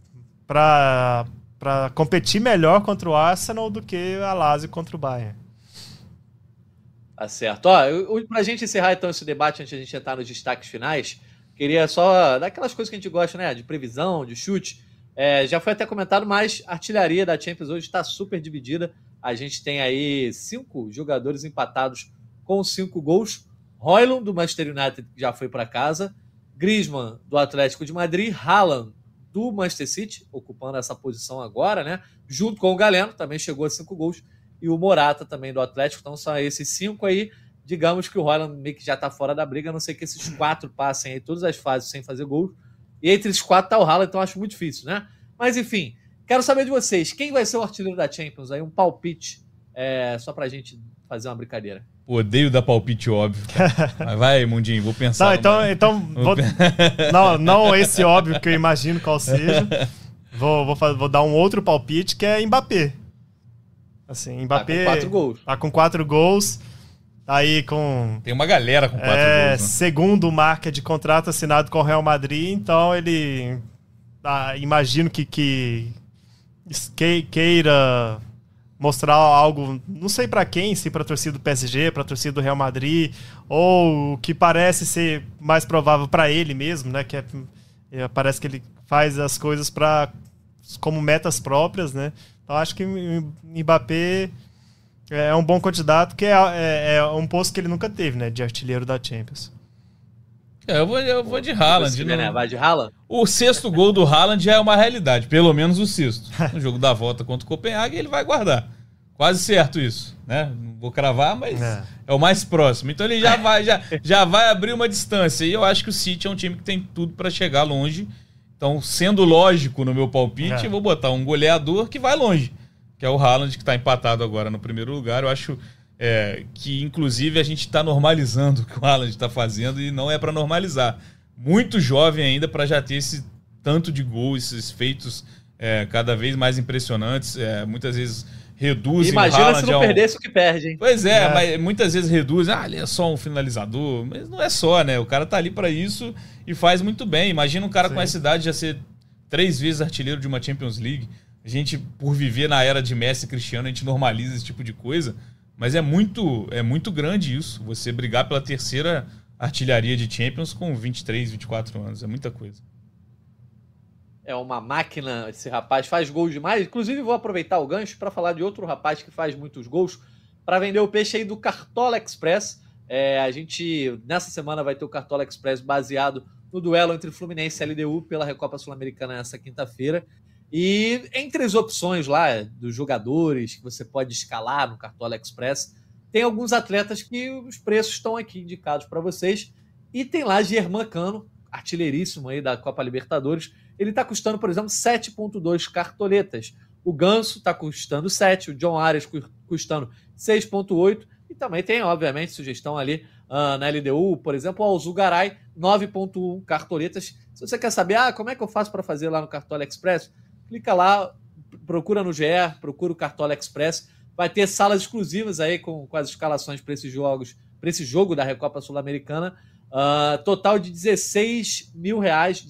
para competir melhor contra o Arsenal do que a Lazio contra o Bayern. Tá certo. Ó, pra gente encerrar então esse debate antes de a gente entrar nos destaques finais, queria só daquelas coisas que a gente gosta, né? De previsão, de chute. Já foi até comentado, mas a artilharia da Champions hoje está super dividida. A gente tem aí 5 jogadores empatados com 5 gols. Højlund, do Manchester United, que já foi para casa. Griezmann, do Atlético de Madrid. Haaland, do Manchester City, ocupando essa posição agora, né? Junto com o Galeno, também chegou a 5 gols. E o Morata também do Atlético. Então são esses 5 aí. Digamos que o Højlund meio que já está fora da briga, a não ser que esses 4 passem aí todas as fases sem fazer gols. E entre esses 4 tá o Haaland, então acho muito difícil, né? Mas enfim, quero saber de vocês. Quem vai ser o artilheiro da Champions? Aí um palpite, só pra gente fazer uma brincadeira. Odeio dar palpite óbvio. Mas vai, Mundinho, vou pensar. Não esse óbvio que eu imagino qual seja. Vou dar um outro palpite que é Mbappé. Assim, Mbappé tá com 4 gols. Tá com 4 gols. Tá aí com... Tem uma galera com 4 gols. Né? Segundo marca de contrato assinado com o Real Madrid, então ele... imagino que queira mostrar algo, não sei pra quem, se pra torcida do PSG, pra torcida do Real Madrid, ou o que parece ser mais provável pra ele mesmo, né? Que parece que ele faz as coisas como metas próprias, né? Então acho que o Mbappé é um bom candidato, que é um posto que ele nunca teve, né? De artilheiro da Champions. Eu vou de Haaland. Vai de Haaland? O 6º gol do Haaland já é uma realidade, pelo menos o 6º. No jogo da volta contra o Copenhague, ele vai guardar. Quase certo isso, né? Não vou cravar, mas é o mais próximo. Então ele já vai abrir uma distância. E eu acho que o City é um time que tem tudo para chegar longe. Então, sendo lógico no meu palpite, eu vou botar um goleador que vai longe, que é o Haaland, que está empatado agora no primeiro lugar. Eu acho... que inclusive a gente está normalizando o que o Haaland está fazendo e não é para normalizar. Muito jovem ainda para já ter esse tanto de gols, esses feitos cada vez mais impressionantes. Muitas vezes reduzem o Haaland. Imagina se não perdesse o que perde, hein? Pois mas muitas vezes reduzem. Ele é só um finalizador. Mas não é só, né? O cara tá ali para isso e faz muito bem. Imagina um cara com essa idade já ser 3 vezes artilheiro de uma Champions League. A gente, por viver na era de Messi e Cristiano, a gente normaliza esse tipo de coisa. Mas é muito grande isso, você brigar pela 3ª artilharia de Champions com 23, 24 anos. É muita coisa. É uma máquina, esse rapaz faz gols demais. Inclusive, vou aproveitar o gancho para falar de outro rapaz que faz muitos gols, para vender o peixe aí do Cartola Express. A gente, nessa semana, vai ter o Cartola Express baseado no duelo entre Fluminense e LDU pela Recopa Sul-Americana nessa quinta-feira. E entre as opções lá dos jogadores que você pode escalar no Cartola Express, tem alguns atletas que os preços estão aqui indicados para vocês. E tem lá Germancano, artilheiríssimo aí da Copa Libertadores. Ele está custando, por exemplo, 7,2 cartoletas. O Ganso está custando 7, o John Arias custando 6,8. E também tem, obviamente, sugestão ali na LDU, por exemplo, o Alzugaray, 9,1 cartoletas. Se você quer saber, como é que eu faço para fazer lá no Cartola Express, clica lá, procura no GE, procura o Cartola Express. Vai ter salas exclusivas aí com as escalações para esses jogos, para esse jogo da Recopa Sul-Americana. Total de R$16 mil,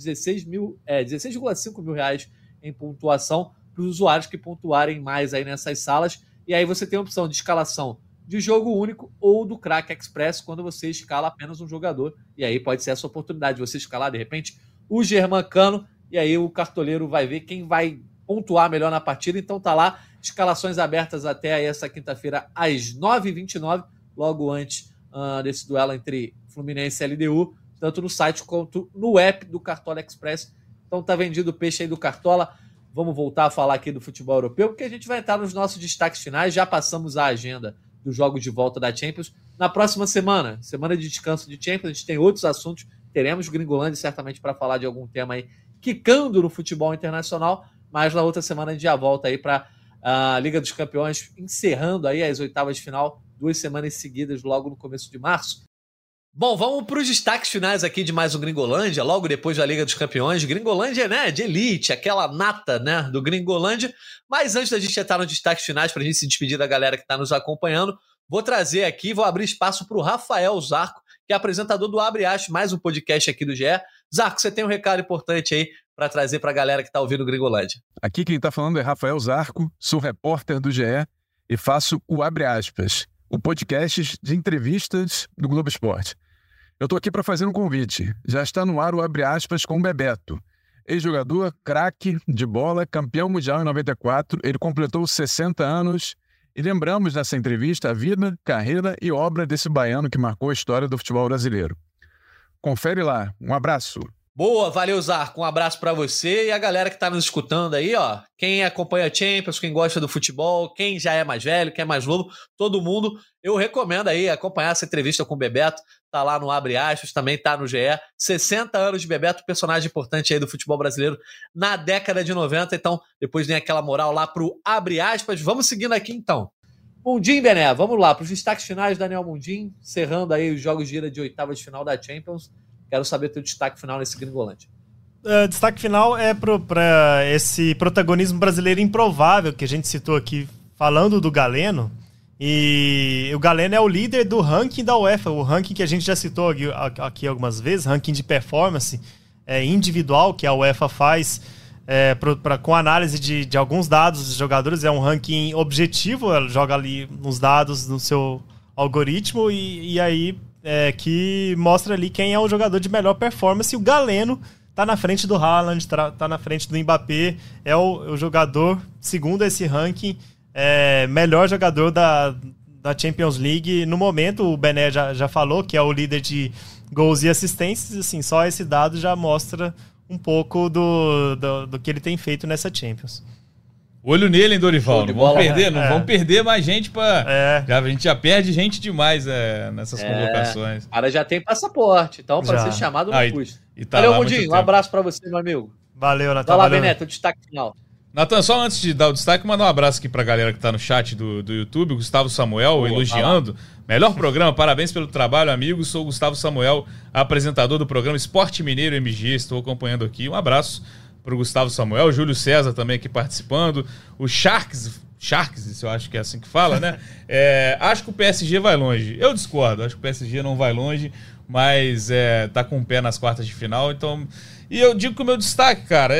16,5 mil reais em pontuação para os usuários que pontuarem mais aí nessas salas. E aí você tem a opção de escalação de jogo único ou do Crack Express, quando você escala apenas um jogador. E aí pode ser essa oportunidade de você escalar, de repente, o Germancano. E aí o cartoleiro vai ver quem vai pontuar melhor na partida. Então tá lá, escalações abertas até aí essa quinta-feira às 9h29, logo antes desse duelo entre Fluminense e LDU, tanto no site quanto no app do Cartola Express. Então tá vendido o peixe aí do Cartola. Vamos voltar a falar aqui do futebol europeu, porque a gente vai entrar nos nossos destaques finais. Já passamos a agenda dos jogos de volta da Champions. Na próxima semana de descanso de Champions, a gente tem outros assuntos. Teremos Gringolândia certamente para falar de algum tema aí quicando no futebol internacional, mas na outra semana a gente já volta aí para a Liga dos Campeões, encerrando aí as oitavas de final, 2 semanas seguidas, logo no começo de março. Bom, vamos para os destaques finais aqui de mais um Gringolândia, logo depois da Liga dos Campeões. Gringolândia, né, de elite, aquela nata, né, do Gringolândia. Mas antes da gente entrar nos destaques finais, para a gente se despedir da galera que está nos acompanhando, vou trazer aqui, vou abrir espaço para o Rafael Zarco, que é apresentador do Abre Aspas, mais um podcast aqui do GE. Zarco, você tem um recado importante aí para trazer para a galera que está ouvindo o Gringolândia. Aqui quem está falando é Rafael Zarco, sou repórter do GE e faço o Abre Aspas, o podcast de entrevistas do Globo Esporte. Eu estou aqui para fazer um convite. Já está no ar o Abre Aspas com o Bebeto. Ex-jogador, craque de bola, campeão mundial em 94, ele completou 60 anos e lembramos nessa entrevista a vida, carreira e obra desse baiano que marcou a história do futebol brasileiro. Confere lá. Um abraço. Boa, valeu, Zarco. Um abraço pra você e a galera que tá nos escutando aí, ó. Quem acompanha a Champions, quem gosta do futebol, quem já é mais velho, quem é mais novo, todo mundo, eu recomendo aí acompanhar essa entrevista com o Bebeto. Tá lá no Abre Aspas, também tá no GE. 60 anos de Bebeto, personagem importante aí do futebol brasileiro na década de 90. Então, depois vem aquela moral lá pro Abre Aspas. Vamos seguindo aqui, então. Mundim, Bené, vamos lá, pros destaques finais, Daniel Mundim, encerrando aí os jogos de ida de oitavas de final da Champions. Quero saber teu destaque final nesse Gringolândia. Destaque final é para esse protagonismo brasileiro improvável que a gente citou aqui, falando do Galeno. E o Galeno é o líder do ranking da UEFA, o ranking que a gente já citou aqui algumas vezes, ranking de performance individual que a UEFA faz com análise de alguns dados dos jogadores. É um ranking objetivo, ela joga ali nos dados no seu algoritmo e aí que mostra ali quem é o jogador de melhor performance. E o Galeno tá na frente do Haaland, tá na frente do Mbappé, é o jogador, segundo esse ranking, melhor jogador da Champions League no momento. O Bené já falou que é o líder de gols e assistências, assim, só esse dado já mostra um pouco do que ele tem feito nessa Champions. Olho nele, hein, Dorival? Não vamos perder mais gente a gente já perde gente demais nessas convocações. O cara já tem passaporte, então para ser chamado não custa. Valeu, Mundinho. Um abraço para você, meu amigo. Valeu, Natan. Vai lá, Beneto, o destaque final. Natan, só antes de dar o destaque, mandar um abraço aqui pra galera que tá no chat do YouTube, o Gustavo Samuel, elogiando. Melhor programa, parabéns pelo trabalho, amigos. Sou o Gustavo Samuel, apresentador do programa Esporte Mineiro MG, estou acompanhando aqui. Um abraço pro Gustavo Samuel, o Júlio César também aqui participando, o Sharks, isso eu acho que é assim que fala, né? Acho que o PSG vai longe. Eu discordo, acho que o PSG não vai longe, mas tá com o pé nas quartas de final, então... E eu digo que o meu destaque, cara,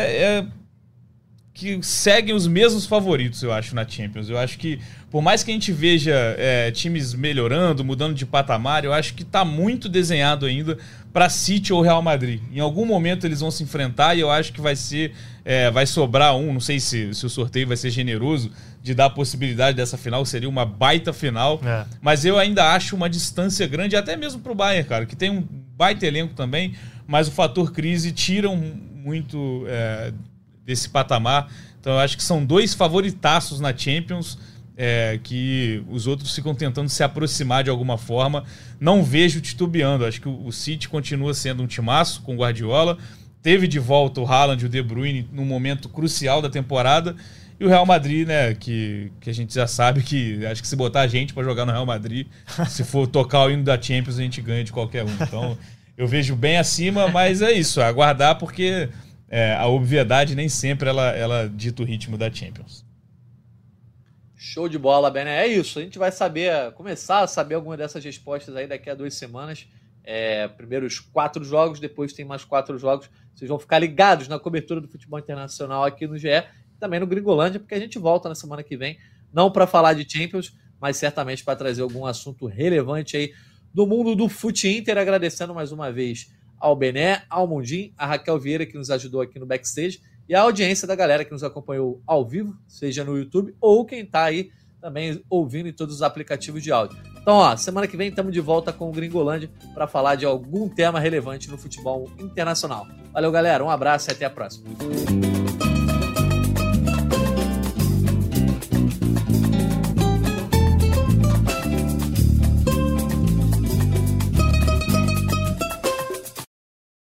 que seguem os mesmos favoritos, eu acho, na Champions. Eu acho que, por mais que a gente veja times melhorando, mudando de patamar, eu acho que tá muito desenhado ainda para City ou Real Madrid. Em algum momento eles vão se enfrentar e eu acho que vai sobrar não sei se o sorteio vai ser generoso de dar a possibilidade dessa final, seria uma baita final, mas eu ainda acho uma distância grande, até mesmo pro Bayern, cara, que tem um baita elenco também, mas o fator crise tira muito desse patamar. Então eu acho que são dois favoritaços na Champions, que os outros ficam tentando se aproximar de alguma forma. Não vejo titubeando. Acho que o City continua sendo um timaço com o Guardiola. Teve de volta o Haaland e o De Bruyne num momento crucial da temporada. E o Real Madrid, né, que a gente já sabe que acho que se botar a gente para jogar no Real Madrid, se for tocar o hino da Champions, a gente ganha de qualquer um. Então eu vejo bem acima, mas é isso, aguardar, porque a obviedade nem sempre ela dita o ritmo da Champions. Show de bola, Bené. É isso. A gente vai começar a saber alguma dessas respostas aí daqui a 2 semanas. Primeiro os 4 jogos, depois tem mais 4 jogos. Vocês vão ficar ligados na cobertura do futebol internacional aqui no GE e também no Gringolândia, porque a gente volta na semana que vem, não para falar de Champions, mas certamente para trazer algum assunto relevante aí do mundo do fute Inter. Agradecendo mais uma vez ao Bené, ao Mundim, a Raquel Vieira, que nos ajudou aqui no backstage, e a audiência da galera que nos acompanhou ao vivo, seja no YouTube ou quem está aí também ouvindo em todos os aplicativos de áudio. Então, semana que vem estamos de volta com o Gringolândia para falar de algum tema relevante no futebol internacional. Valeu, galera. Um abraço e até a próxima.